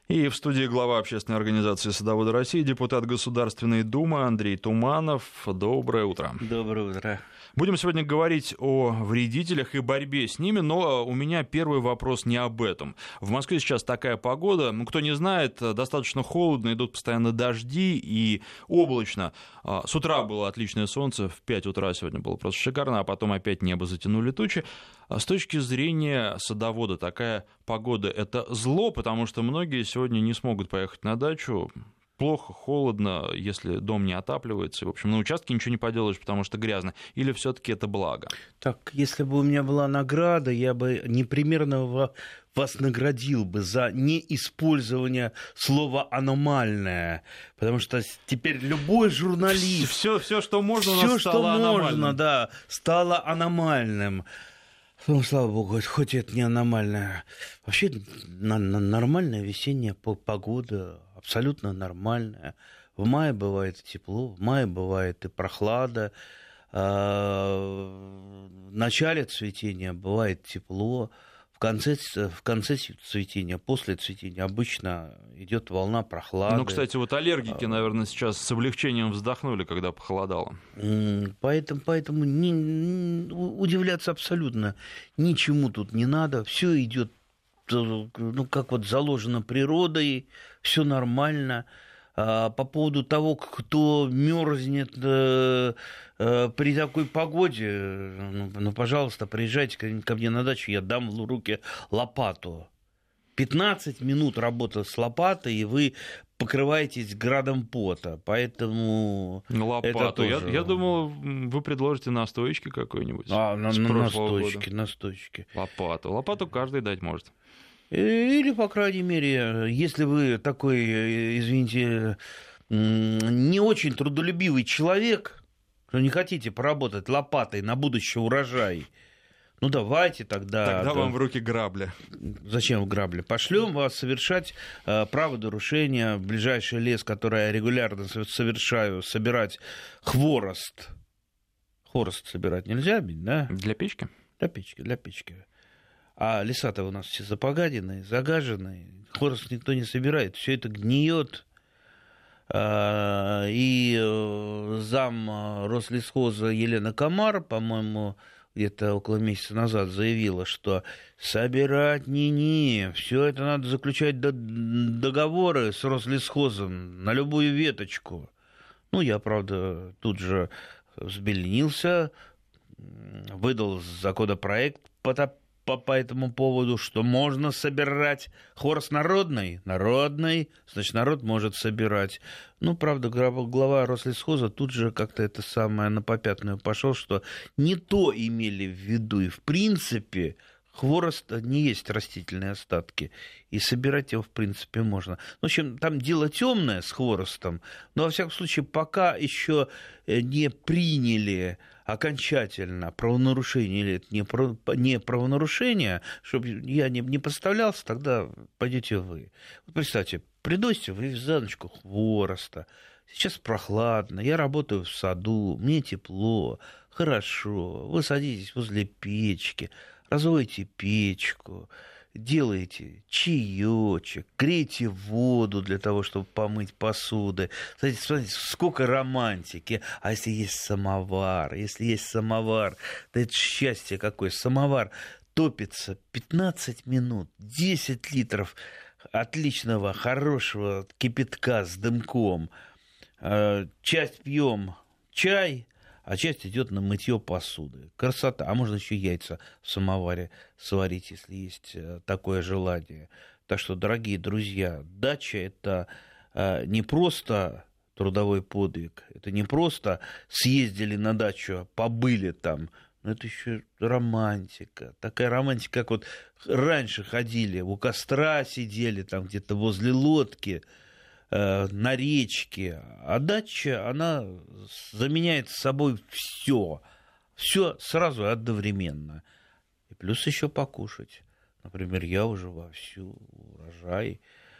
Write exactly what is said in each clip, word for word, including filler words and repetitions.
И в студии глава общественной организации «Садоводы России», депутат Государственной Думы Андрей Туманов. Доброе утро. Доброе утро. Будем сегодня говорить о вредителях и борьбе с ними, но у меня первый вопрос не об этом. В Москве сейчас такая погода, ну, кто не знает, достаточно холодно, идут постоянно дожди и облачно. С утра было отличное солнце, в пять утра сегодня было просто шикарно, а потом опять небо затянули тучи. С точки зрения садовода такая погода – это зло, потому что многие сегодня не смогут поехать на дачу. Плохо, холодно, если дом не отапливается. В общем, на участке ничего не поделаешь, потому что грязно. Или все-таки это благо? Так, если бы у меня была награда, я бы непременно вас наградил бы за неиспользование слова «аномальное». Потому что теперь любой журналист... Все, все что можно, у нас стало что аномальным. можно, да, стало аномальным. Ну, слава богу, хоть это не аномальное. Вообще на, на, нормальная весенняя погода, абсолютно нормальная. В мае бывает тепло, в мае бывает и прохлада. В начале цветения бывает тепло. В конце, в конце цветения, после цветения обычно идет волна прохлады. Ну, кстати, вот аллергики, наверное, сейчас с облегчением вздохнули, когда похолодало. Поэтому, поэтому не, удивляться абсолютно ничему тут не надо. Все идет, ну, как вот заложено природой, все нормально. По поводу того, кто мерзнет э, э, при такой погоде, ну, ну, пожалуйста, приезжайте ко мне на дачу, я дам в руки лопату. пятнадцать минут работы с лопатой, и вы покрываетесь градом пота, поэтому... Лопату. Это тоже... я, я думал, вы предложите настойки какой-нибудь. А, на, на, настойки, настойки. Лопату. Лопату каждый дать может. Или, по крайней мере, если вы такой, извините, не очень трудолюбивый человек, что не хотите поработать лопатой на будущий урожай, ну давайте тогда... Тогда да, вам в руки грабли. Зачем грабли? Пошлем вас совершать э, правонарушение в ближайший лес, который я регулярно совершаю, собирать хворост. Хворост собирать нельзя, да? Для печки? Для печки, для печки. А леса-то у нас все запогаденные, загаженные, хворост никто не собирает, все это гниет. И зам Рослесхоза Елена Комар, по-моему, где-то около месяца назад заявила, что собирать не-не, все это надо заключать договоры с Рослесхозом на любую веточку. Ну, я, правда, тут же взбеленился, выдал законопроект по По, по этому поводу, что можно собирать хворост народный, народный, значит, народ может собирать. Ну, правда, глава Рослесхоза тут же как-то это самое на попятную пошел, что не то имели в виду, и в принципе хворост не есть растительные остатки, и собирать его в принципе можно. В общем, там дело темное с хворостом, но во всяком случае пока еще не приняли окончательно правонарушение или это не, право, не правонарушение, чтобы я не, не подставлялся, тогда пойдете вы. Вот представьте, приносите вы за ночку хвороста, сейчас прохладно, я работаю в саду, мне тепло, хорошо, вы садитесь возле печки, разводите печку, делаете чаечек, греете воду для того, чтобы помыть посуды. Смотрите, смотрите, сколько романтики. А если есть самовар, если есть самовар, да это счастье какое. Самовар топится пятнадцать минут, десять литров отличного, хорошего кипятка с дымком. Часть пьем чай, а часть идет на мытье посуды. Красота. А можно еще яйца в самоваре сварить, если есть такое желание. Так что, дорогие друзья, дача – это не просто трудовой подвиг, это не просто съездили на дачу, побыли там, но это еще романтика. Такая романтика, как вот раньше ходили, у костра сидели там где-то возле лодки, на речке, а дача, она заменяет собой все, все сразу и одновременно. И плюс еще покушать. Например, я уже вовсю урожай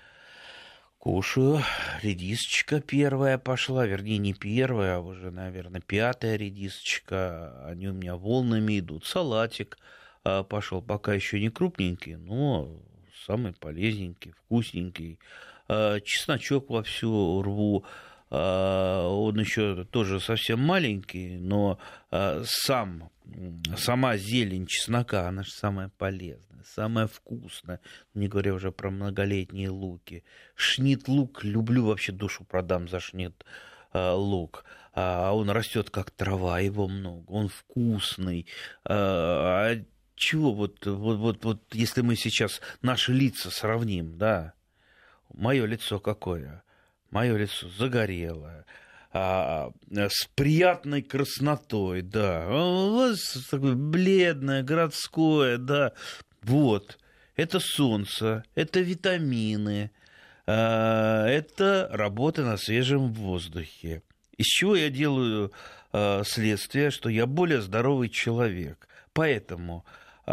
кушаю. Редисочка первая пошла, вернее, не первая, а уже, наверное, пятая редисочка. Они у меня волнами идут. Салатик пошел, пока еще не крупненький, но самый полезненький, вкусненький. Чесночок вовсю рву. Он еще тоже совсем маленький, но сам, сама зелень чеснока, она же самая полезная, самая вкусная, не говоря уже про многолетние луки. Шнит-лук, люблю, вообще душу продам за шнит-лук. А он растет как трава, его много, он вкусный. А чего вот, вот, вот, вот если мы сейчас наши лица сравним, да, мое лицо какое? Мое лицо загорелое, а, с приятной краснотой, да. У вас такое бледное, городское, да. Вот. Это солнце, это витамины, а, это работа на свежем воздухе. Из чего я делаю а, следствие, что я более здоровый человек. Поэтому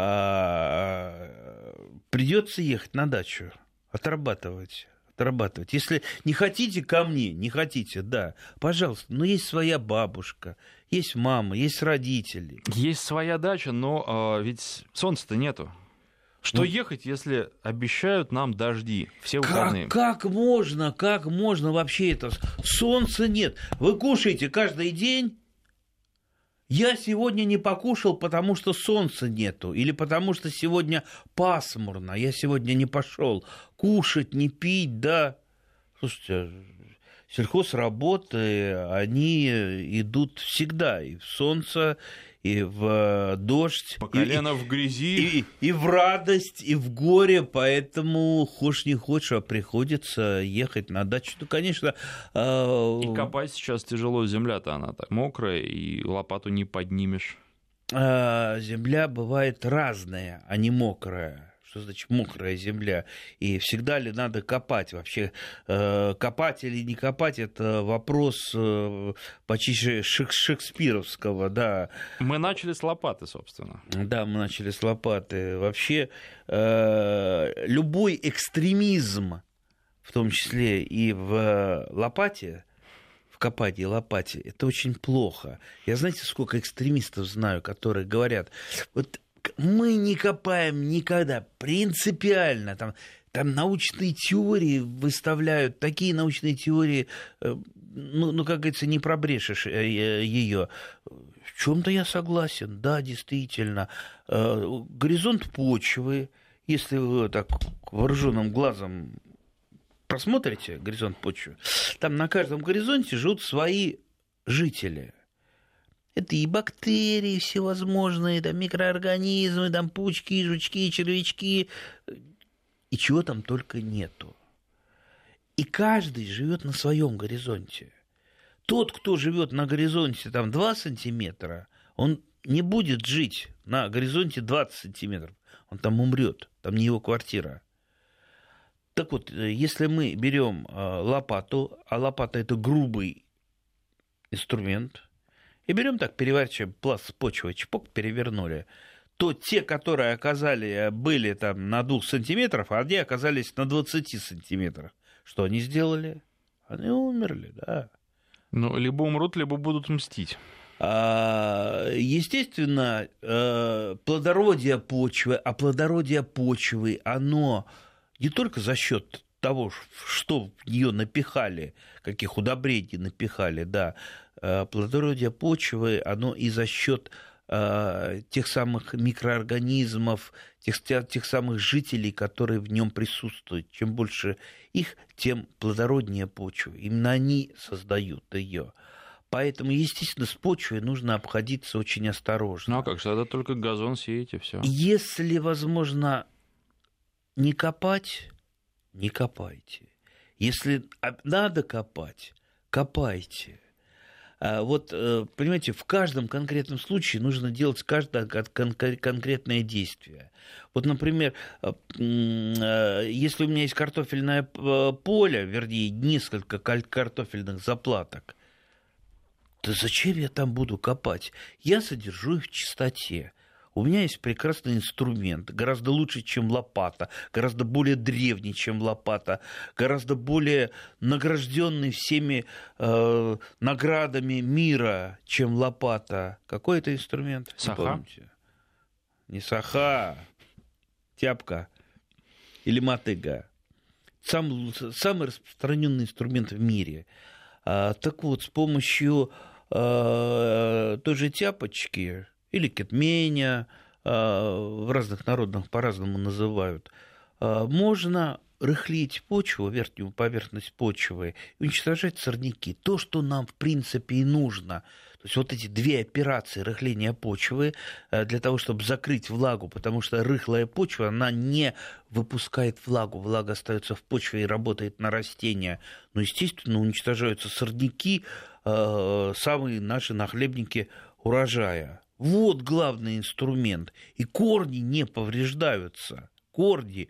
а, придется ехать на дачу, отрабатывать. Отрабатывать. Если не хотите ко мне, не хотите, да, пожалуйста, но есть своя бабушка, есть мама, есть родители. Есть своя дача, но э, ведь солнца-то нету. Что ну, ехать, если обещают нам дожди все выходные? Как, как можно, как можно вообще это? Солнца нет. Вы кушаете каждый день. Я сегодня не покушал, потому что солнца нету, или потому что сегодня пасмурно, я сегодня не пошел кушать, не пить, да. Слушайте, сельхозработы, они идут всегда, и в солнце, и в дождь. По колено и, в грязи. И, и в радость, и в горе, поэтому хочешь не хочешь, а приходится ехать на дачу. Ну, конечно... Э... И копать сейчас тяжело, земля-то она так мокрая, и лопату не поднимешь. Э, земля бывает разная, а не мокрая. Что значит мокрая земля? И всегда ли надо копать? Вообще, э, копать или не копать, это вопрос э, почти шек- шекспировского, да. Мы начали с лопаты, собственно. Да, мы начали с лопаты. Вообще, э, любой экстремизм, в том числе и в лопате, в копании лопате, это очень плохо. Я, знаете, сколько экстремистов знаю, которые говорят... вот мы не копаем никогда, принципиально. Там, там научные теории выставляют, такие научные теории, ну, ну как говорится, не пробрешешь ее. В чем-то я согласен, да, действительно. Горизонт почвы, если вы так вооруженным глазом просмотрите горизонт почвы, там на каждом горизонте живут свои жители. Это и бактерии всевозможные, там микроорганизмы, там паучки, жучки, червячки, и чего там только нету. И каждый живет на своем горизонте. Тот, кто живет на горизонте там два сантиметра, он не будет жить на горизонте двадцать сантиметров. Он там умрет, там не его квартира. Так вот, если мы берем лопату, а лопата это грубый инструмент, и берем так, переворачиваем пласт почвы, чпок, перевернули, то те, которые оказали, были там на двух сантиметрах, они оказались на двадцати сантиметрах. Что они сделали? Они умерли, да. Ну, либо умрут, либо будут мстить. Естественно, плодородие почвы, а плодородие почвы, оно не только за счет того, что в нее напихали, каких удобрений напихали, да, плодородие почвы, оно и за счет тех самых микроорганизмов, тех, тех самых жителей, которые в нем присутствуют. Чем больше их, тем плодороднее почва. Именно они создают ее. Поэтому, естественно, с почвой нужно обходиться очень осторожно. Ну а как же, тогда только газон сеять и все. Если возможно не копать, не копайте. Если надо копать, копайте. Вот, понимаете, в каждом конкретном случае нужно делать каждое конкретное действие. Вот, например, если у меня есть картофельное поле, вернее, несколько картофельных заплаток, то зачем я там буду копать? Я содержу их в чистоте. У меня есть прекрасный инструмент, гораздо лучше, чем лопата, гораздо более древний, чем лопата, гораздо более награжденный всеми э, наградами мира, чем лопата. Какой это инструмент? Саха. Не, не саха, тяпка. или мотыга. Сам, самый распространенный инструмент в мире. А, так вот, с помощью а, той же тяпочки или кетменя, а, в разных народах по-разному называют, а, можно рыхлить почву, верхнюю поверхность почвы, и уничтожать сорняки. То, что нам, в принципе, и нужно. То есть вот эти две операции рыхления почвы для того, чтобы закрыть влагу, потому что рыхлая почва, она не выпускает влагу, влага остается в почве и работает на растения. Но, естественно, уничтожаются сорняки, самые наши нахлебники урожая. Вот главный инструмент. И корни не повреждаются. Корни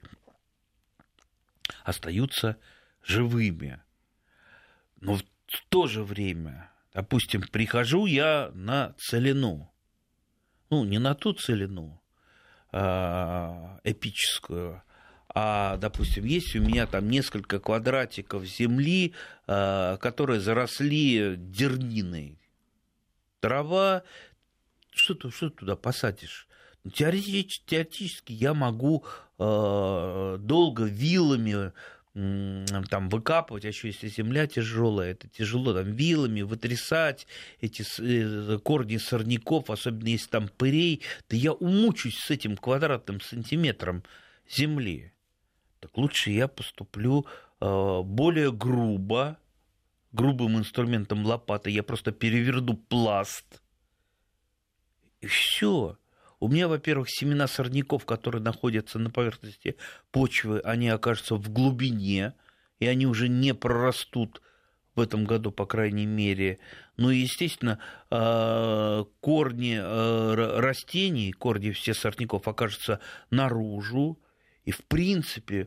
остаются живыми. Но в то же время, допустим, прихожу я на целину. Ну, не на ту целину а, эпическую, а, допустим, есть у меня там несколько квадратиков земли, а, которые заросли дерниной. Трава, что ты, что ты туда посадишь? Теоретически, теоретически я могу э, долго вилами э, там, выкапывать, а еще если земля тяжелая, это тяжело там, вилами вытрясать эти э, корни сорняков, особенно если там пырей, да я умучусь с этим квадратным сантиметром земли. Так лучше я поступлю э, более грубо, грубым инструментом лопаты, я просто переверну пласт, и все. У меня, во-первых, семена сорняков, которые находятся на поверхности почвы, они окажутся в глубине, и они уже не прорастут в этом году, по крайней мере. Ну и, естественно, корни растений, корни всех сорняков окажутся наружу, и, в принципе,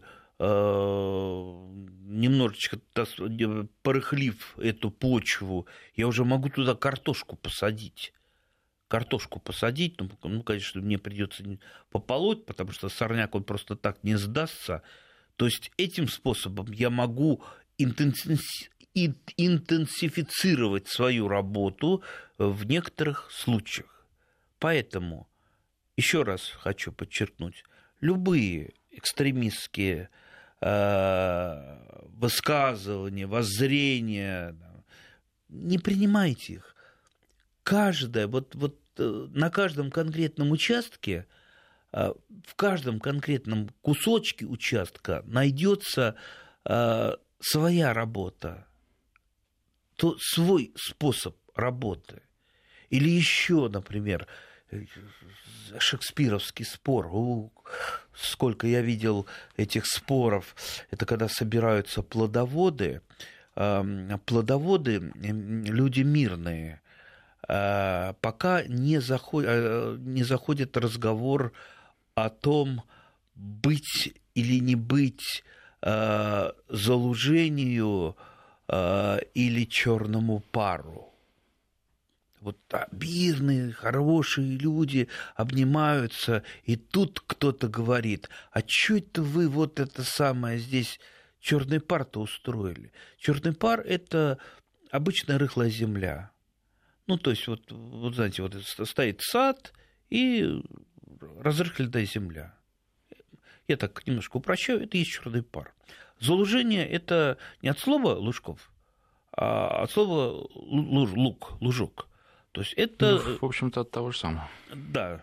немножечко порыхлив эту почву, я уже могу туда картошку посадить. Картошку посадить, ну, ну, конечно, мне придется пополоть, потому что сорняк, он просто так не сдастся. То есть этим способом я могу интенсифицировать свою работу в некоторых случаях. Поэтому, еще раз хочу подчеркнуть, любые экстремистские э, высказывания, воззрения, не принимайте их. Каждое, вот, вот на каждом конкретном участке, в каждом конкретном кусочке участка найдется своя работа, то свой способ работы. Или еще, например, шекспировский спор. О, сколько я видел этих споров. Это когда собираются плодоводы. Плодоводы – люди мирные. Пока не заходит, не заходит разговор о том, быть или не быть залужению или черному пару. Вот мирные, хорошие люди обнимаются, и тут кто-то говорит: а что это вы вот это самое здесь черный пар-то устроили? Черный пар – это обычная рыхлая земля. Ну, то есть, вот, вот знаете, вот стоит сад и разрыхленная земля. Я так немножко упрощаю, это и есть черный пар. Залужение – это не от слова лужков, а от слова луж, лук, лужок. То есть это... Ну, в общем-то, от того же самого. Да.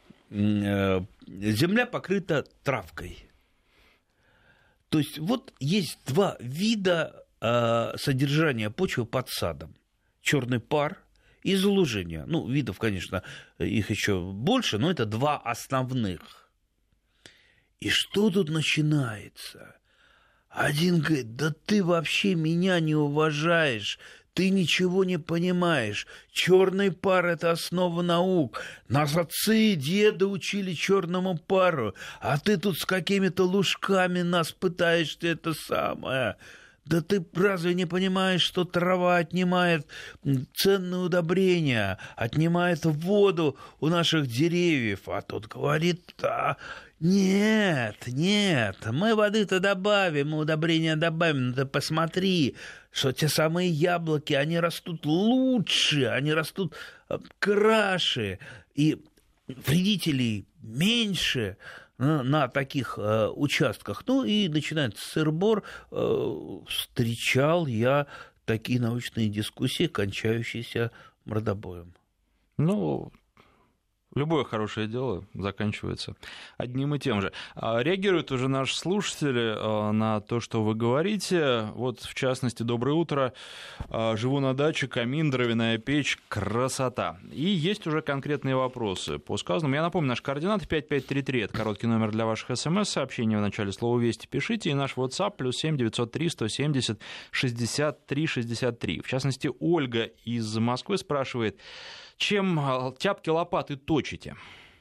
Земля покрыта травкой. То есть вот есть два вида содержания почвы под садом. Черный пар и залужение. Ну, видов, конечно, их еще больше, но это два основных. И что тут начинается? Один говорит: да ты вообще меня не уважаешь, ты ничего не понимаешь. Черный пар – это основа наук. Нас отцы и деды учили черному пару, а ты тут с какими-то лужками нас пытаешься это самое. Да ты разве не понимаешь, что трава отнимает ценные удобрения, отнимает воду у наших деревьев? А тот говорит: да, нет, нет, мы воды-то добавим, мы удобрения добавим. Ты посмотри, что те самые яблоки, они растут лучше, они растут краше, и вредителей меньше. на, на таких э, участках. Ну и начинается сыр-бор. Э, встречал я такие научные дискуссии, кончающиеся мордобоем. Ну, любое хорошее дело заканчивается одним и тем же. Реагируют уже наши слушатели на то, что вы говорите. Вот, в частности, доброе утро. Живу на даче, камин, дровяная печь, красота. И есть уже конкретные вопросы по сказанному. Я напомню, наши координаты пять пять три три, это короткий номер для ваших смс-сообщений. В начале слова «Вести» пишите. И наш WhatsApp плюс семь девятьсот три сто семьдесят шестьдесят три шестьдесят три. В частности, Ольга из Москвы спрашивает: чем тяпки-лопаты точите?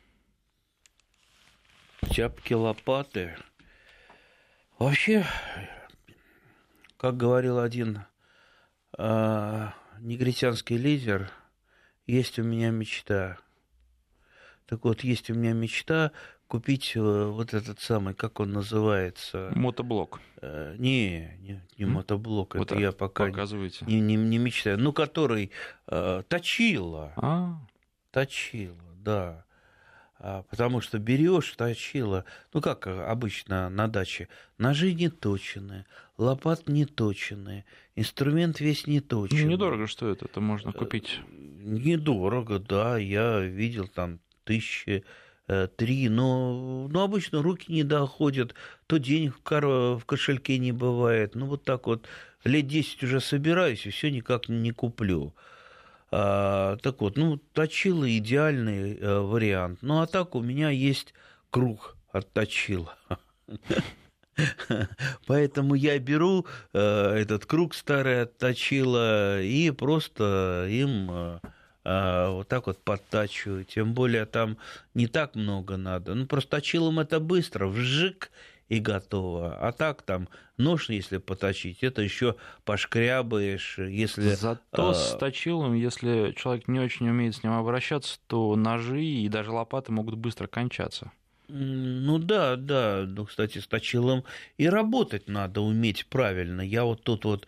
Тяпки-лопаты. Вообще, как говорил один э, негритянский лидер, есть у меня мечта. Так вот, есть у меня мечта купить э, вот этот самый, как он называется? Мотоблок. Э, не, не, не мотоблок, вот это я пока показываете. Не, не, не мечтаю. Ну, который э, точила. А. Точила, да. А, потому что берешь, точила. Ну, как обычно на даче. Ножи не точенные, лопат не точенные, инструмент весь не точенный. Ну, недорого стоит, это можно купить. Недорого, да. Я видел там тысячи три, но, но обычно руки не доходят, то денег в, кар... в кошельке не бывает. Ну, вот так вот лет десять уже собираюсь, и все никак не куплю. А, так вот, ну, точила идеальный а, вариант. Ну, а так у меня есть круг от точила. Поэтому я беру а, этот круг старый от точила и просто им... А, вот так вот подтачиваю. Тем более там не так много надо. Ну, просто точилом это быстро, вжик и готово. А так там нож, если поточить, это еще пошкрябаешь. Если... Зато с точилом, если человек не очень умеет с ним обращаться, то ножи и даже лопаты могут быстро кончаться. Ну да, да. Ну, кстати, с точилом и работать надо уметь правильно. Я вот тут вот,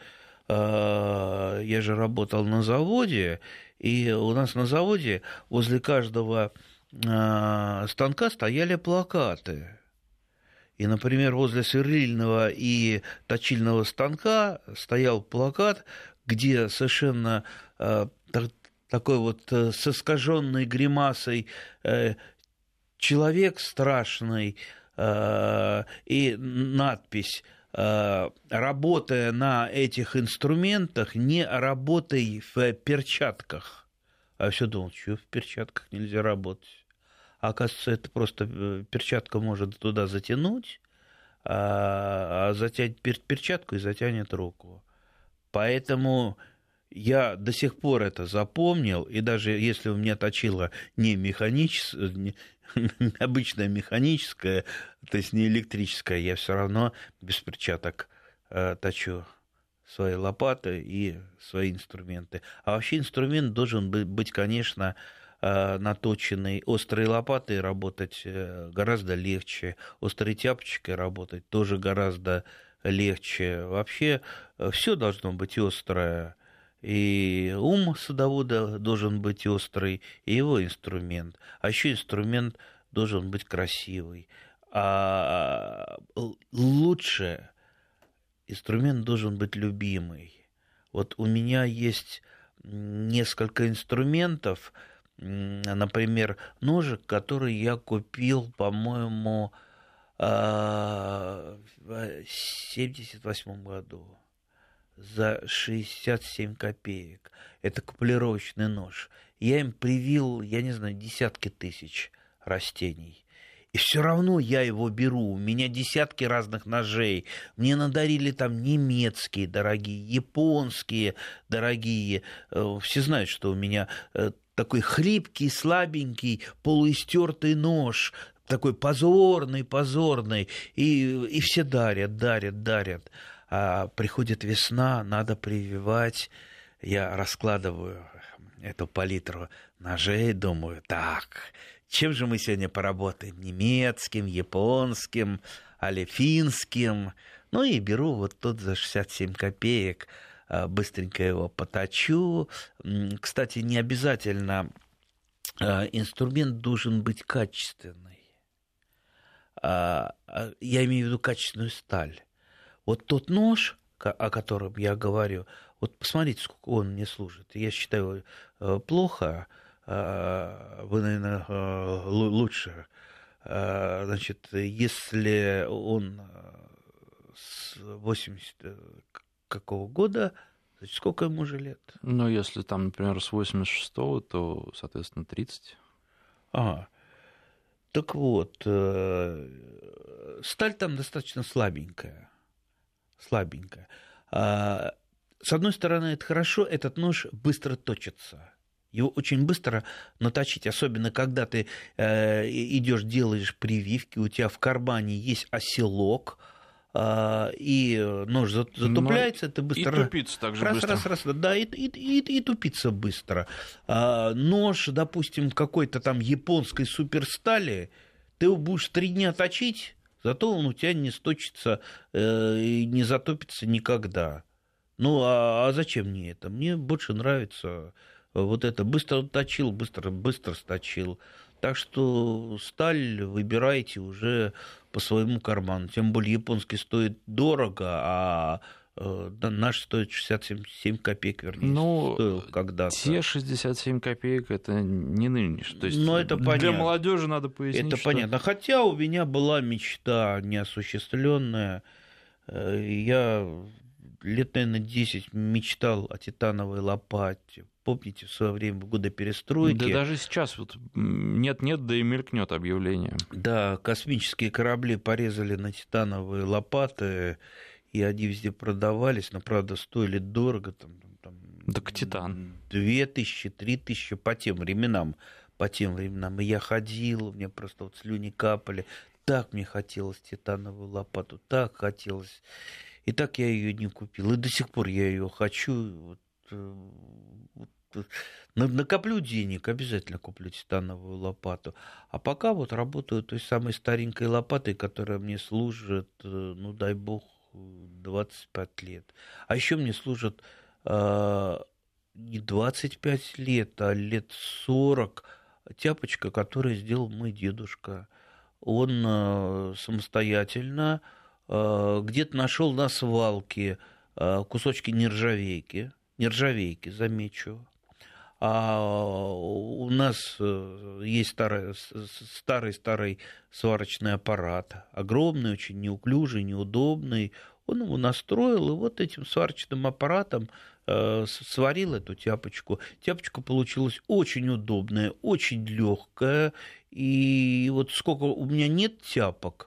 я же работал на заводе, и у нас на заводе возле каждого э, станка стояли плакаты. И, например, возле сверлильного и точильного станка стоял плакат, где совершенно э, так, такой вот э, с искаженной гримасой э, человек страшный э, и надпись: работая на этих инструментах, не работай в перчатках. А я все думал, что в перчатках нельзя работать. А оказывается, это просто перчатка может туда затянуть, а затянет перчатку и затянет руку. Поэтому я до сих пор это запомнил, и даже если у меня точила не механическая, обычная механическая, то есть не электрическая, я все равно без перчаток э, точу свои лопаты и свои инструменты. А вообще инструмент должен быть, конечно, э, наточенный. Острой лопатой работать гораздо легче, острой тяпочкой работать тоже гораздо легче. Вообще все должно быть острое. И ум садовода должен быть острый, и его инструмент. А еще инструмент должен быть красивый. А лучше инструмент должен быть любимый. Вот у меня есть несколько инструментов, например, ножик, который я купил, по-моему, в семьдесят восьмом году. За шестьдесят семь копеек. Это купулировочный нож. Я им привил, я не знаю, десятки тысяч растений. И все равно я его беру. У меня десятки разных ножей. Мне надарили там немецкие дорогие, японские дорогие. Все знают, что у меня такой хлипкий, слабенький, полуистертый нож. Такой позорный, позорный. И, и все дарят, дарят, дарят. А приходит весна, надо прививать. Я раскладываю эту палитру ножей, думаю, так, чем же мы сегодня поработаем? Немецким, японским, али финским. Ну и беру вот тот за шестьдесят семь копеек, быстренько его поточу. Кстати, не обязательно инструмент должен быть качественный. я имею в виду качественную сталь. Вот тот нож, о котором я говорю, вот посмотрите, сколько он мне служит. Я считаю, плохо, вы, наверное, лучше. Значит, если он с восьмидесятого какого года, значит, сколько ему уже лет? Ну, если там, например, с восемьдесят шестого, то, соответственно, тридцать. Ага. Так вот, сталь там достаточно слабенькая. Слабенькая. С одной стороны, это хорошо, этот нож быстро точится. Его очень быстро наточить, особенно когда ты идешь, делаешь прививки, у тебя в кармане есть оселок, и нож затупляется, но ты быстро... И тупится так же раз, быстро. Раз, раз, раз, да, и, и, и, и тупится быстро. Нож, допустим, какой-то там японской суперстали, ты его будешь три дня точить, зато он у тебя не сточится и не затопится никогда. Ну, а, а зачем мне это? Мне больше нравится вот это. Быстро точил, быстро, быстро сточил. Так что сталь выбирайте уже по своему карману. Тем более японский стоит дорого, а э, наш стоит шестьдесят семь копеек, вернее, ну, стоил когда-то. Те шестьдесят семь копеек это не нынешнее. То есть ну, это для понятно. молодежи надо пояснить. Это что... понятно. Хотя у меня была мечта неосуществленная. Я лет, наверное, десять мечтал о титановой лопате. Помните, в свое время, в годы перестройки... Да даже сейчас вот нет-нет, да и мелькнет объявление. Да, космические корабли порезали на титановые лопаты, и они везде продавались, но, правда, стоили дорого. Там, там, так титан. Две тысячи, три тысячи по тем временам. По тем временам. И я ходил, мне просто вот слюни капали. Так мне хотелось титановую лопату, так хотелось... И так я ее не купил. И до сих пор я ее хочу. Вот, вот, накоплю денег, обязательно куплю титановую лопату. А пока вот работаю той самой старенькой лопатой, которая мне служит, ну дай бог, двадцать пять лет. А еще мне служит э, не двадцать пять лет, а лет сорок тяпочка, которую сделал мой дедушка. Он э, самостоятельно где-то нашел на свалке кусочки нержавейки, нержавейки, замечу. А у нас есть старый, старый-старый сварочный аппарат, огромный, очень неуклюжий, неудобный. Он его настроил, и вот этим сварочным аппаратом сварил эту тяпочку. Тяпочка получилась очень удобная, очень легкая. И вот сколько у меня нет тяпок,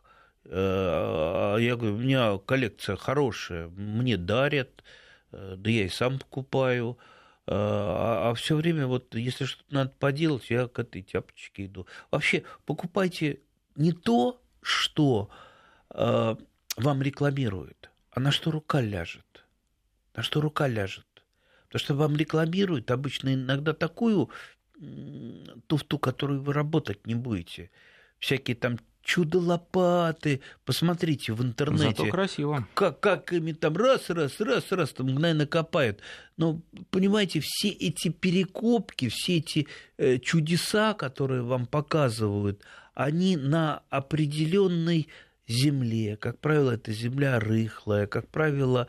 я говорю, у меня коллекция хорошая, мне дарят, да я и сам покупаю, а, а все время вот, если что-то надо поделать, я к этой тяпочке иду. Вообще, покупайте не то, что э, вам рекламируют, а на что рука ляжет, на что рука ляжет. Потому что вам рекламируют обычно иногда такую туфту, которую вы работать не будете. Всякие там чудо-лопаты, посмотрите в интернете. Зато красиво. Как, как ими там раз, раз, раз, раз, там мгновенно копают. Но, понимаете, все эти перекопки, все эти э, чудеса, которые вам показывают, они на определенной земле. Как правило, это земля рыхлая. Как правило,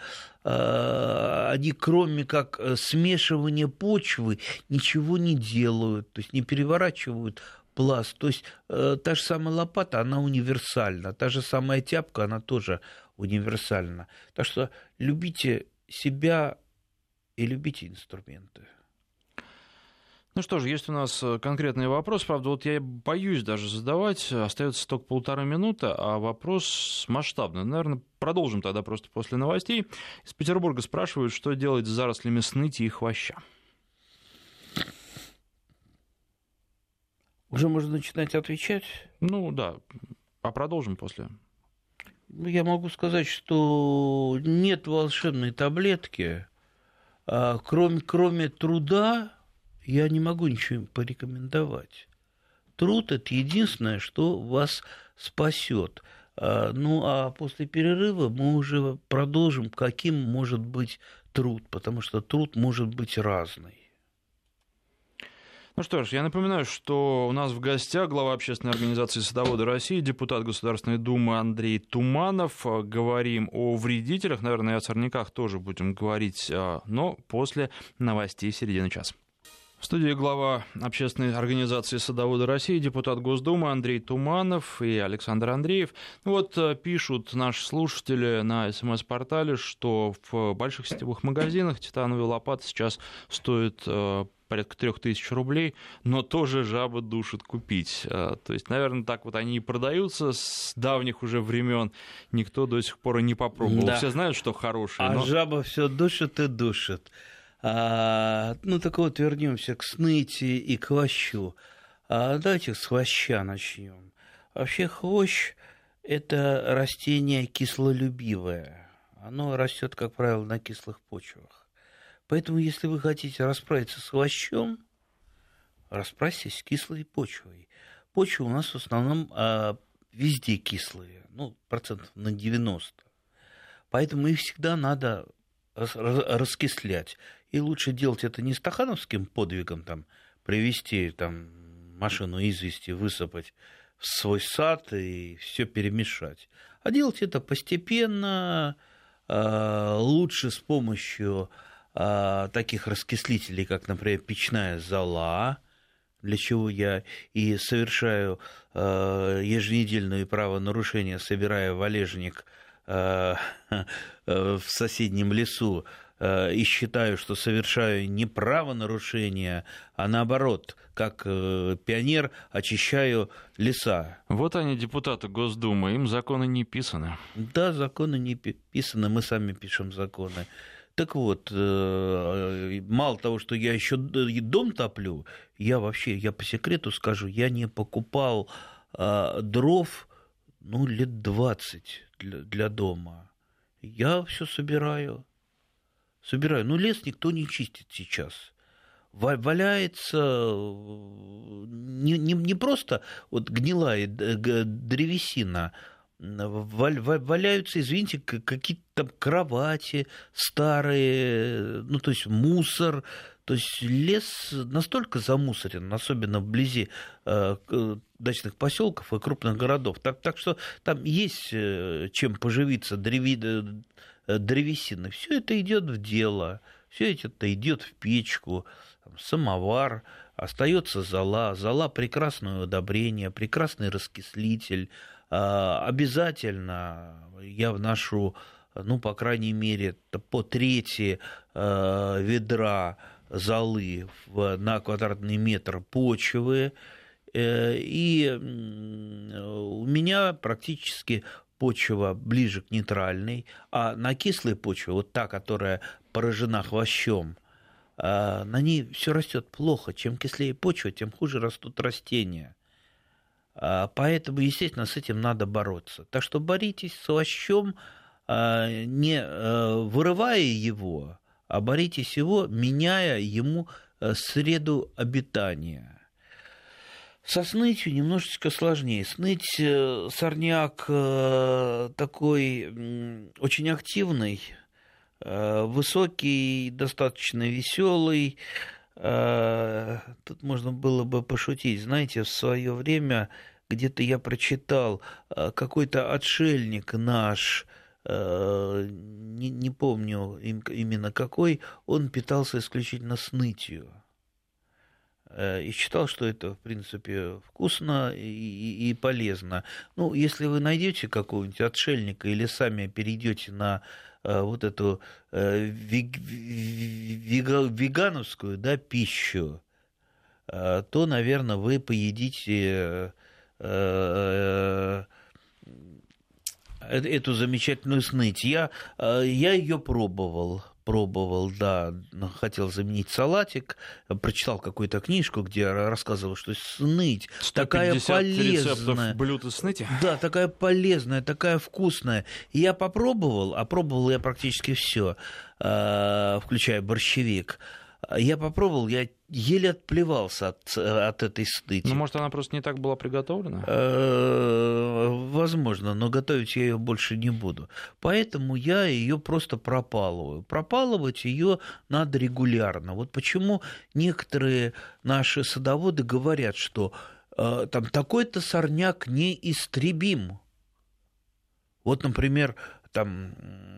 э, они, кроме как смешивания почвы, ничего не делают, то есть не переворачивают пласт. То есть э, та же самая лопата, она универсальна. Та же самая тяпка, она тоже универсальна. Так что любите себя и любите инструменты. Ну что ж, есть у нас конкретный вопрос. Правда, вот я боюсь даже задавать. Остается только полторы минуты, а вопрос масштабный. Наверное, продолжим тогда просто после новостей. Из Петербурга спрашивают, что делать с зарослями сныти и хвоща. Уже можно начинать отвечать? Ну да, а продолжим после. Я могу сказать, что нет волшебной таблетки. А кроме, кроме труда я не могу ничего порекомендовать. Труд – это единственное, что вас спасет. А, ну, а после перерыва мы уже продолжим, каким может быть труд, потому что труд может быть разный. Ну что ж, я напоминаю, что у нас в гостях глава общественной организации «Садоводы России», депутат Государственной Думы Андрей Туманов. Говорим о вредителях, наверное, и о сорняках тоже будем говорить, но после новостей середины часа. В студии глава общественной организации «Садоводы России», депутат Госдумы Андрей Туманов и Александр Андреев. Вот пишут наши слушатели на СМС-портале, что в больших сетевых магазинах титановые лопаты сейчас стоят порядка трех тысяч рублей, но тоже жаба душит купить. То есть, наверное, так вот они и продаются с давних уже времен. Никто до сих пор и не попробовал. Да. Все знают, что хорошие. А но... жаба все душит и душит. А, ну, так вот, вернемся к сныти и к хвощу. А, давайте с хвоща начнем. Вообще, хвощ – это растение кислолюбивое. Оно растет, как правило, на кислых почвах. Поэтому, если вы хотите расправиться с хвощом, расправьтесь с кислой почвой. Почвы у нас в основном а, везде кислые, ну, процентов на девяносто. Поэтому их всегда надо рас, раскислять. И лучше делать это не стахановским подвигом, там, привезти там, машину извести, высыпать в свой сад и все перемешать. А делать это постепенно, а, лучше с помощью таких раскислителей, как, например, печная зола, для чего я и совершаю еженедельное правонарушение, собирая валежник в соседнем лесу, и считаю, что совершаю не правонарушение, а наоборот, как пионер очищаю леса. Вот они, депутаты Госдумы, им законы не писаны. Да, законы не писаны, мы сами пишем законы. Так вот, мало того, что я еще дом топлю, я вообще, я по секрету скажу, я не покупал дров, ну, лет двадцать для, для дома. Я все собираю, собираю. Ну, лес никто не чистит сейчас. Валяется не, не, не просто вот гнилая древесина, валяются, извините, какие-то там кровати старые, ну, то есть мусор. То есть лес настолько замусорен, особенно вблизи э, дачных поселков и крупных городов. Так, так что там есть чем поживиться древи, древесиной. Все это идет в дело, все это идет в печку, самовар, остается зола. Зола прекрасное удобрение, прекрасный раскислитель. Обязательно я вношу, ну, по крайней мере, по трети ведра золы на квадратный метр почвы. И у меня практически почва ближе к нейтральной, а на кислой почве, вот та, которая поражена хвощом, на ней все растет плохо. Чем кислее почва, тем хуже растут растения. Поэтому, естественно, с этим надо бороться. Так что боритесь с хвощом, не вырывая его, а боритесь его, меняя ему среду обитания. Со снытью немножечко сложнее. Сныть сорняк такой очень активный, высокий, достаточно веселый. Тут можно было бы пошутить. Знаете, в свое время где-то я прочитал, какой-то отшельник наш, не, не помню именно какой, он питался исключительно снытью. И считал, что это, в принципе, вкусно и, и полезно. Ну, если вы найдете какого-нибудь отшельника или сами перейдете на вот эту вег, вегановскую, да, пищу, то, наверное, вы поедите эту замечательную сныть. Я, я ее пробовал. Пробовал, да, хотел заменить салатик, прочитал какую-то книжку, где рассказывал, что сныть такая полезная. Блюд из сныти? Да, такая полезная, такая вкусная. И я попробовал, а пробовал я практически все, включая борщевик. Я попробовал, я еле отплевался от, от этой сныти. Ну, может, она просто не так была приготовлена? Возможно, но готовить я ее больше не буду. Поэтому я ее просто пропалываю. Пропалывать ее надо регулярно. Вот почему некоторые наши садоводы говорят, что э, там такой-то сорняк неистребим. Вот, например, там...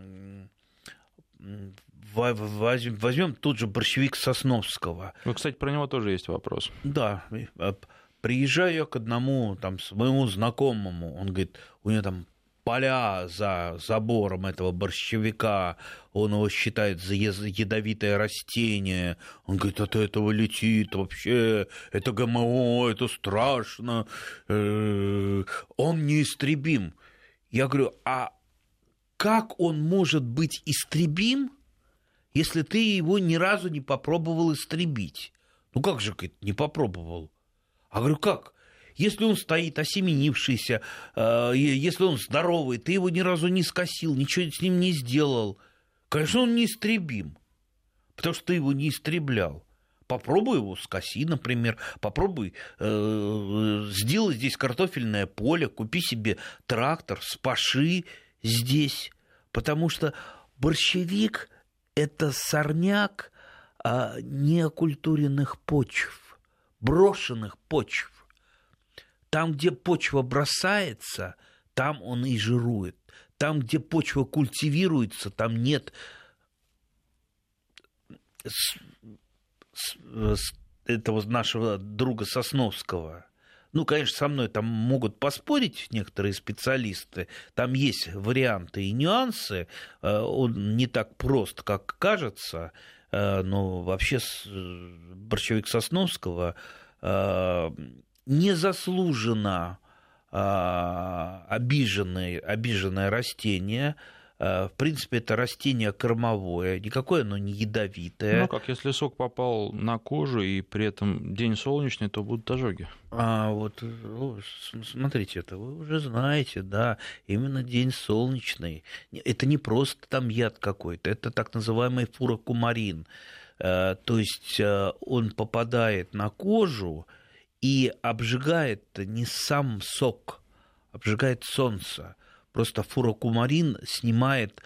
Возьмем тот же борщевик Сосновского. Ну, кстати, про него тоже есть вопрос. Да. Приезжаю я к одному там, своему знакомому, он говорит, у него там поля за забором этого борщевика, он его считает за ядовитое растение. Он говорит, от этого летит вообще, это ГМО, это страшно, он неистребим. Я говорю, а как он может быть истребим, если ты его ни разу не попробовал истребить? Ну как же, говорит, не попробовал? А говорю, как? Если он стоит осеменившийся, э, если он здоровый, ты его ни разу не скосил, ничего с ним не сделал, конечно, он неистребим, потому что ты его не истреблял. Попробуй его скоси, например, попробуй э, сделай здесь картофельное поле, купи себе трактор, спаши здесь, потому что борщевик – это сорняк а, неокультуренных почв, брошенных почв. Там, где почва бросается, там он и жирует. Там, где почва культивируется, там нет этого нашего друга Сосновского. Ну, конечно, со мной там могут поспорить некоторые специалисты. Там есть варианты и нюансы. Он не так прост, как кажется. Но вообще борщевик Сосновского незаслуженно обиженное, обиженное растение. В принципе, это растение кормовое, никакое оно не ядовитое. Ну как, если сок попал на кожу и при этом день солнечный, то будут ожоги. А вот, смотрите, это вы уже знаете, да, именно день солнечный. Это не просто там яд какой-то, это так называемый фурокумарин. То есть он попадает на кожу и обжигает не сам сок, обжигает солнце. Просто фурокумарин снимает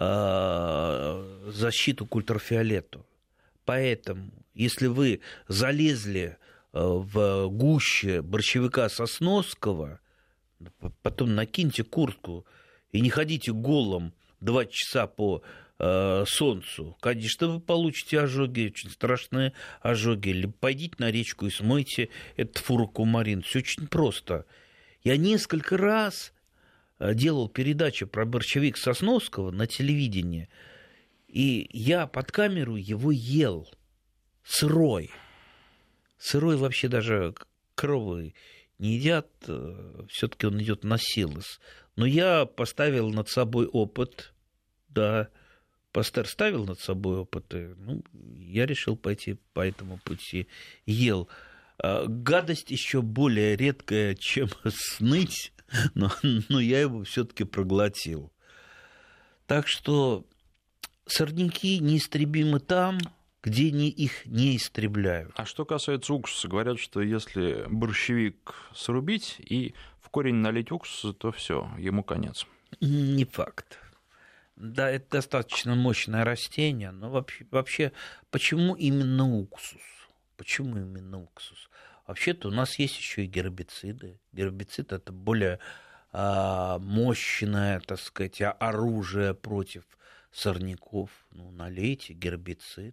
э, защиту к ультрафиолету. Поэтому, если вы залезли э, в гуще борщевика Сосновского, потом накиньте куртку и не ходите голым два часа по э, солнцу, конечно, вы получите ожоги, очень страшные ожоги. Либо пойдите на речку и смойте этот фурокумарин. Все очень просто. Я несколько раз делал передачу про борщевик Сосновского на телевидении, и я под камеру его ел сырой. Сырой вообще даже коровы не едят, все-таки он идет на силос. Но я поставил над собой опыт, да, поставил над собой опыт, и, ну, я решил пойти по этому пути, ел. Гадость еще более редкая, чем сныть, но, но я его все-таки проглотил. Так что сорняки неистребимы там, где не, их не истребляют. А что касается уксуса, говорят, что если борщевик срубить и в корень налить уксуса, то все, ему конец. Не факт. Да, это достаточно мощное растение, но вообще, вообще почему именно уксус? Почему именно уксус? Вообще-то у нас есть еще и гербициды. Гербицид – это более а, мощное, так сказать, оружие против сорняков. Ну, налейте гербицид.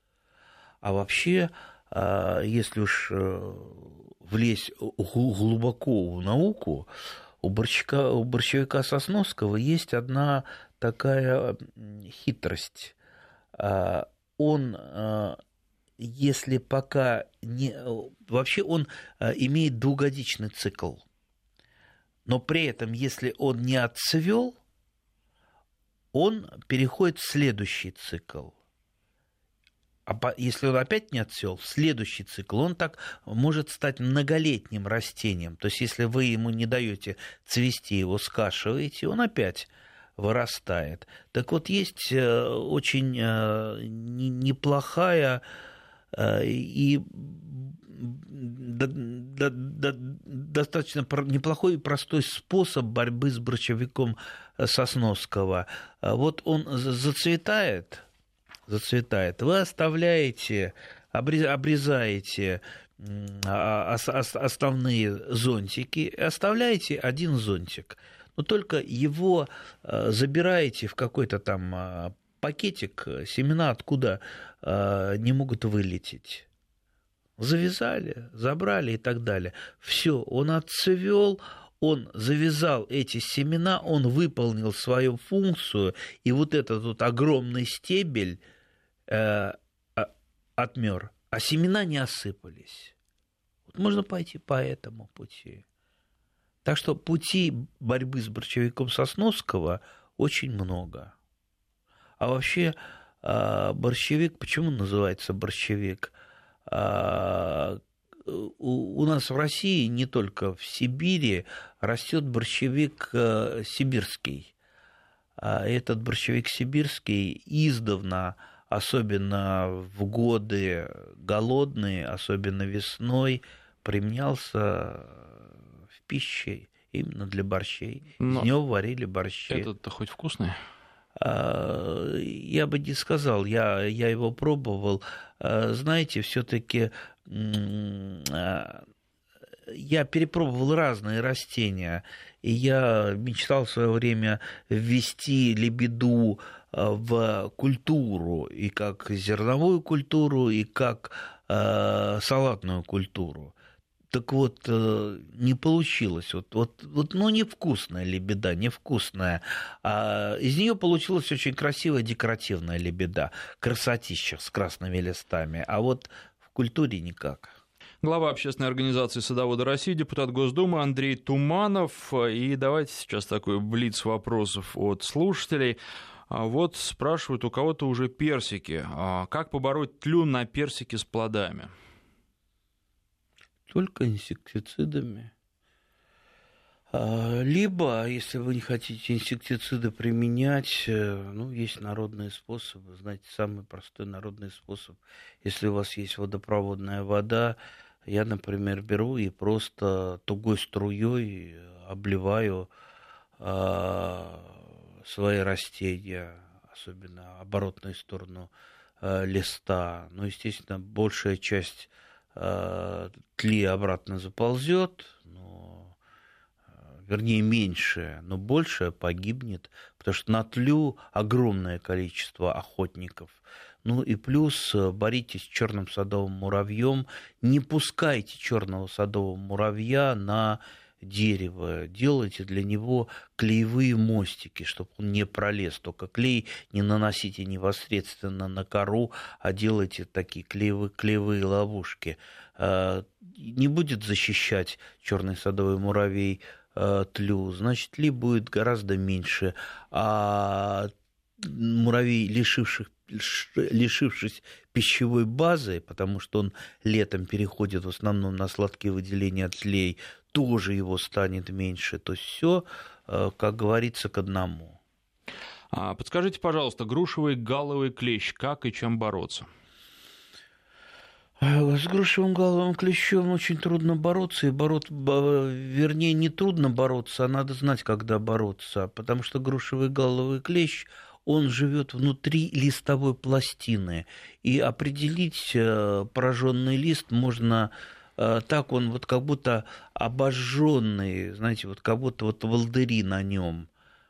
А вообще, а, если уж влезть глубоко в науку, у, борщика, у борщевика Сосновского есть одна такая хитрость. А, он... Если пока не... Вообще он имеет двухгодичный цикл. Но при этом, если он не отцвел, он переходит в следующий цикл. А если он опять не отцвел, в следующий цикл, он так может стать многолетним растением. То есть, если вы ему не даете цвести, его скашиваете, он опять вырастает. Так вот, есть очень неплохая и до, до, до, достаточно неплохой и простой способ борьбы с борщевиком Сосновского. Вот он зацветает, зацветает, вы оставляете, обрезаете основные зонтики, оставляете один зонтик, но только его забираете в какой-то там пакетик, семена откуда не могут вылететь. Завязали, забрали и так далее. Все, он отцвел, он завязал эти семена, он выполнил свою функцию, и вот этот вот огромный стебель э, отмер, а семена не осыпались. Вот можно пойти по этому пути. Так что пути борьбы с борщевиком Сосновского очень много. А вообще борщевик, почему называется борщевик? У нас в России, не только в Сибири, растет борщевик сибирский. Этот борщевик сибирский издавна, особенно в годы голодные, особенно весной, применялся в пище именно для борщей. Но из него варили борщи. Этот-то хоть вкусный? Я бы не сказал, я, я его пробовал. Знаете, все-таки я перепробовал разные растения, и я мечтал в свое время ввести лебеду в культуру, и как зерновую культуру, и как салатную культуру. Так вот, не получилось. Вот, вот, вот, ну, невкусная лебеда, невкусная. А из нее получилась очень красивая декоративная лебеда, красотища с красными листами. А вот в культуре никак. Глава общественной организации «Садоводы России», депутат Госдумы Андрей Туманов. И давайте сейчас такой блиц вопросов от слушателей. Вот спрашивают, у кого-то уже персики. Как побороть тлю на персики с плодами? Только инсектицидами. Либо, если вы не хотите инсектициды применять, ну, есть народные способы. Знаете, самый простой народный способ. Если у вас есть водопроводная вода, я, например, беру и просто тугой струей обливаю свои растения, особенно оборотную сторону листа. Ну, естественно, большая часть тли обратно заползет, но, вернее, меньшее, но большее погибнет, потому что на тлю огромное количество охотников. Ну и плюс боритесь с черным садовым муравьем, не пускайте черного садового муравья на дерево, делайте для него клеевые мостики, чтобы он не пролез. Только клей не наносите непосредственно на кору, а делайте такие клеевые, клеевые ловушки. Не будет защищать черный садовый муравей тлю, значит, тли будет гораздо меньше. А муравей, лишивших лишившись пищевой базы, потому что он летом переходит в основном на сладкие выделения тлей, тоже его станет меньше. То есть все, как говорится, к одному. Подскажите, пожалуйста, грушевый галловый клещ, как и чем бороться? С грушевым галловым клещом очень трудно бороться, и борот... вернее, не трудно бороться, а надо знать, когда бороться, потому что грушевый галловый клещ, он живет внутри листовой пластины, и определить пораженный лист можно так, он вот как будто обожженный, знаете, вот как будто вот волдыри на нем.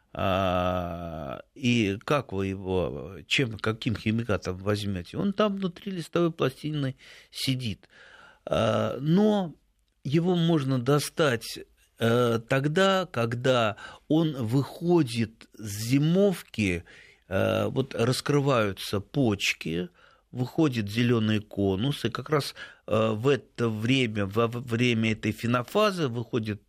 И как вы его, чем, каким химикатом возьмете? Он там внутри листовой пластины сидит. Но его можно достать тогда, когда он выходит с зимовки, вот раскрываются почки, выходит зеленый конус, и как раз в это время, во время этой фенофазы выходит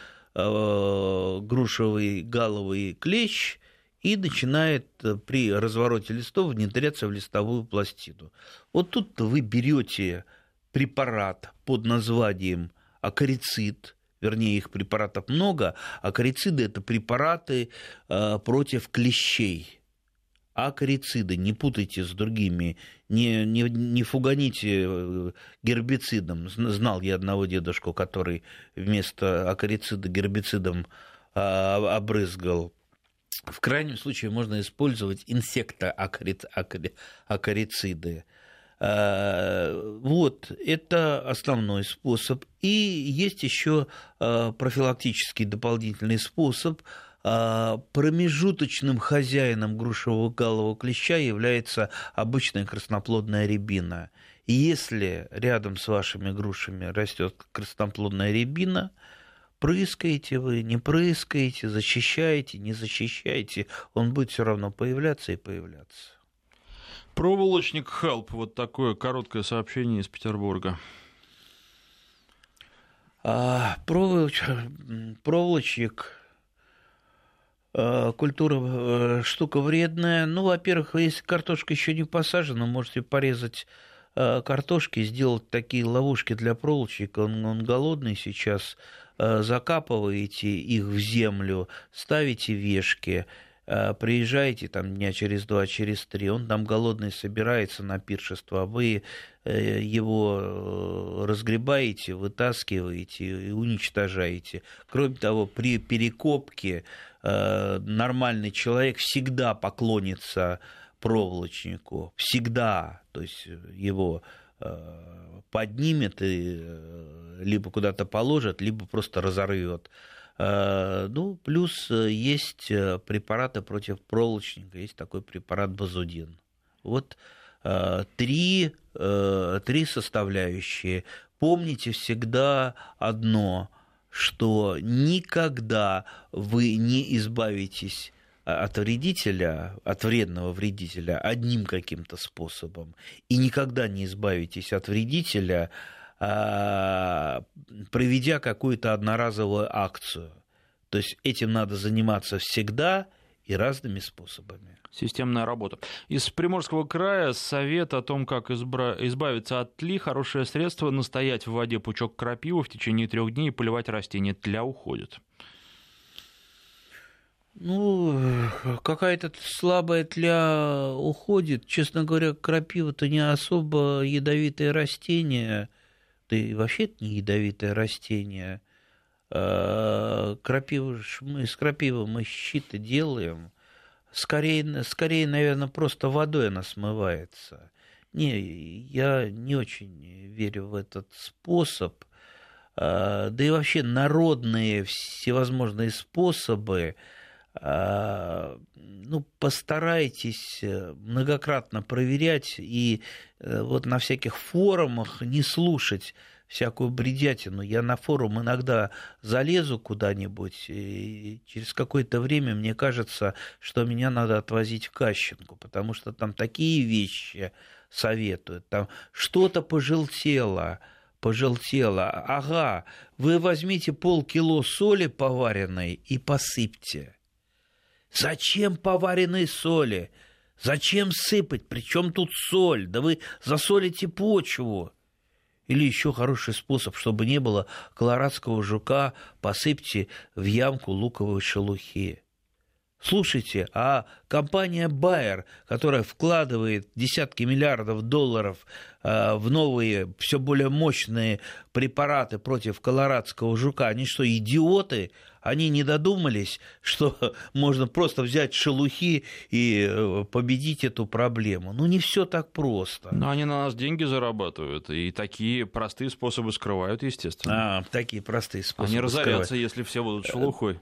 грушевый галловый клещ и начинает при развороте листов внедряться в листовую пластину. Вот тут вы берете препарат под названием акарицид, вернее, их препаратов много. Акарициды – это препараты против клещей. акарициды, не путайте с другими, не, не, не фуганите гербицидом. Знал я одного дедушку, который вместо акарицида гербицидом а, обрызгал. В крайнем случае можно использовать инсектоакарициды. Вот, это основной способ. И есть еще профилактический дополнительный способ. Промежуточным хозяином грушевого галлового клеща является обычная красноплодная рябина. И если рядом с вашими грушами растет красноплодная рябина, прыскаете вы, не прыскаете, защищаете, не защищаете, он будет все равно появляться и появляться. Проволочник Help. Вот такое короткое сообщение из Петербурга. А, проволоч... Проволочник, а, культура, а, штука вредная. Ну, во-первых, если картошка еще не посажена, можете порезать а, картошки, сделать такие ловушки для проволочника. Он, он голодный сейчас. А, закапываете их в землю, ставите вешки. Приезжаете там дня через два, через три, он там голодный собирается на пиршество, а вы его разгребаете, вытаскиваете и уничтожаете. Кроме того, при перекопке нормальный человек всегда поклонится проволочнику, всегда, то есть его поднимет и либо куда-то положит, либо просто разорвет. Ну, плюс есть препараты против проволочника, есть такой препарат базудин. Вот три, три составляющие. Помните всегда одно, что никогда вы не избавитесь от вредителя, от вредного вредителя одним каким-то способом, и никогда не избавитесь от вредителя, проведя какую-то одноразовую акцию. То есть этим надо заниматься всегда и разными способами. Системная работа. Из Приморского края совет о том, как избра... избавиться от тли. Хорошее средство — настоять в воде пучок крапивы в течение трех дней и поливать растения. Тля уходит. Ну, какая-то слабая тля уходит. Честно говоря, крапива-то не особо ядовитое растение. Да и вообще это не ядовитое растение. Крапива, мы, с крапивы мы щиты делаем. Скорее, скорее, наверное, просто водой она смывается. Не, я не очень верю в этот способ. Да и вообще народные всевозможные способы, ну, постарайтесь многократно проверять и вот на всяких форумах не слушать всякую бредятину. Я на форум иногда залезу куда-нибудь, и через какое-то время мне кажется, что меня надо отвозить в Кащенку, потому что там такие вещи советуют. Там что-то пожелтело, пожелтело. Ага, вы возьмите полкило соли поваренной и посыпьте. Зачем поваренной соли? Зачем сыпать? Причем тут соль? Да вы засолите почву. Или еще хороший способ, чтобы не было колорадского жука, посыпьте в ямку луковой шелухи. Слушайте, а компания Bayer, которая вкладывает десятки миллиардов долларов в новые, все более мощные препараты против колорадского жука, они что, идиоты? Они не додумались, что можно просто взять шелухи и победить эту проблему. Ну, не все так просто. Но они на нас деньги зарабатывают, и такие простые способы скрывают, естественно. А, такие простые способы. Они разорятся, скрывают. Если все будут шелухой.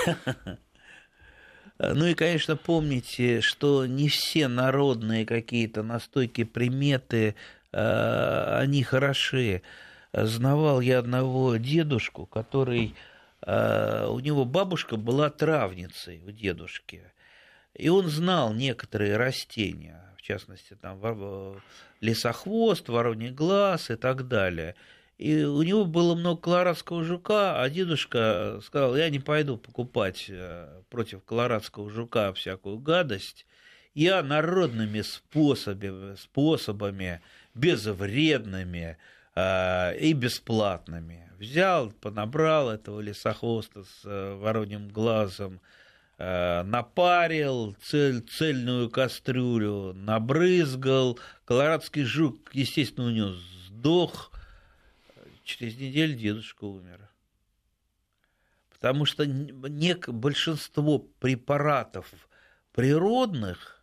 Ну и, конечно, помните, что не все народные какие-то настойки, приметы, они хороши. Знавал я одного дедушку, который... У него бабушка была травницей, у дедушки. И он знал некоторые растения, в частности, там лесохвост, вороний глаз и так далее. И у него было много колорадского жука, а дедушка сказал: я не пойду покупать против колорадского жука всякую гадость. Я народными способами, способами безвредными и бесплатными взял, понабрал этого лесохвоста с вороньим глазом, напарил цель, цельную кастрюлю, набрызгал. Колорадский жук, естественно, у него сдох. Через неделю дедушка умер. Потому что нек- большинство препаратов природных,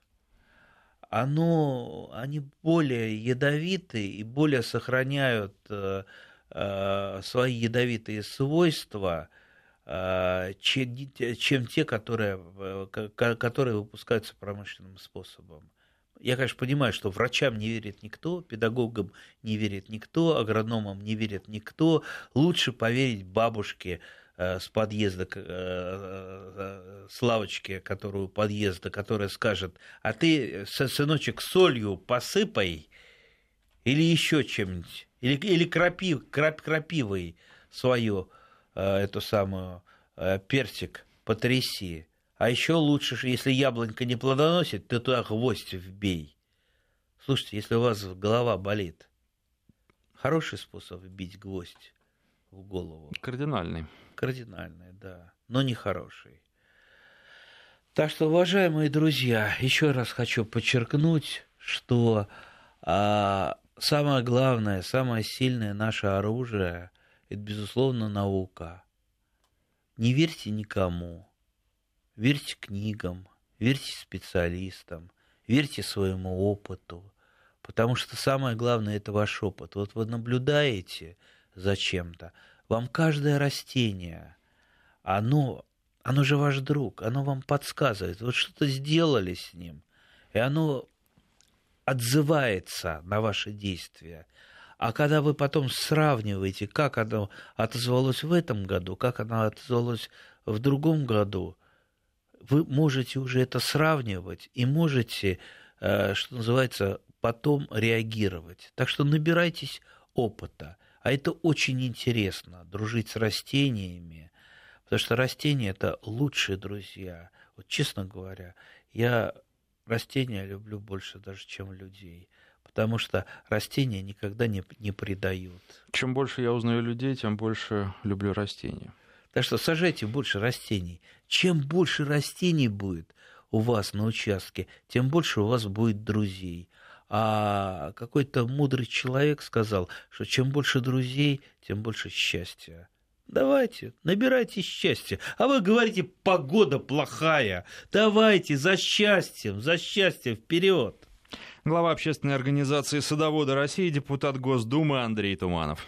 оно, они более ядовитые и более сохраняют э, э, свои ядовитые свойства, э, чем, чем те, которые, которые выпускаются промышленным способом. Я, конечно, понимаю, что врачам не верит никто, педагогам не верит никто, агрономам не верит никто. Лучше поверить бабушке с подъезда, с лавочки, которую подъезда, которая скажет: а ты, сыночек, солью посыпай или еще чем-нибудь, или, или крапив, крап, крапивой свою, эту самую, персик потряси. А еще лучше, если яблонька не плодоносит, ты туда гвоздь вбей. Слушайте, если у вас голова болит, хороший способ вбить гвоздь в голову. Кардинальный. Кардинальный, да, но не хороший. Так что, уважаемые друзья, еще раз хочу подчеркнуть, что а, самое главное, самое сильное наше оружие – это, безусловно, наука. Не верьте никому, верьте книгам, верьте специалистам, верьте своему опыту, потому что самое главное – это ваш опыт. Вот вы наблюдаете за чем-то, вам каждое растение, оно, оно же ваш друг, оно вам подсказывает. Вот что-то сделали с ним, и оно отзывается на ваши действия. А когда вы потом сравниваете, как оно отозвалось в этом году, как оно отозвалось в другом году, вы можете уже это сравнивать и можете, что называется, потом реагировать. Так что набирайтесь опыта. А это очень интересно, дружить с растениями, потому что растения – это лучшие друзья. Вот честно говоря, я растения люблю больше даже, чем людей, потому что растения никогда не, не предают. Чем больше я узнаю людей, тем больше люблю растения. Так что сажайте больше растений. Чем больше растений будет у вас на участке, тем больше у вас будет друзей. А какой-то мудрый человек сказал, что чем больше друзей, тем больше счастья. Давайте, набирайте счастье. А вы говорите, погода плохая. Давайте за счастьем, за счастьем вперед. Глава общественной организации «Садоводы России», депутат Госдумы Андрей Туманов.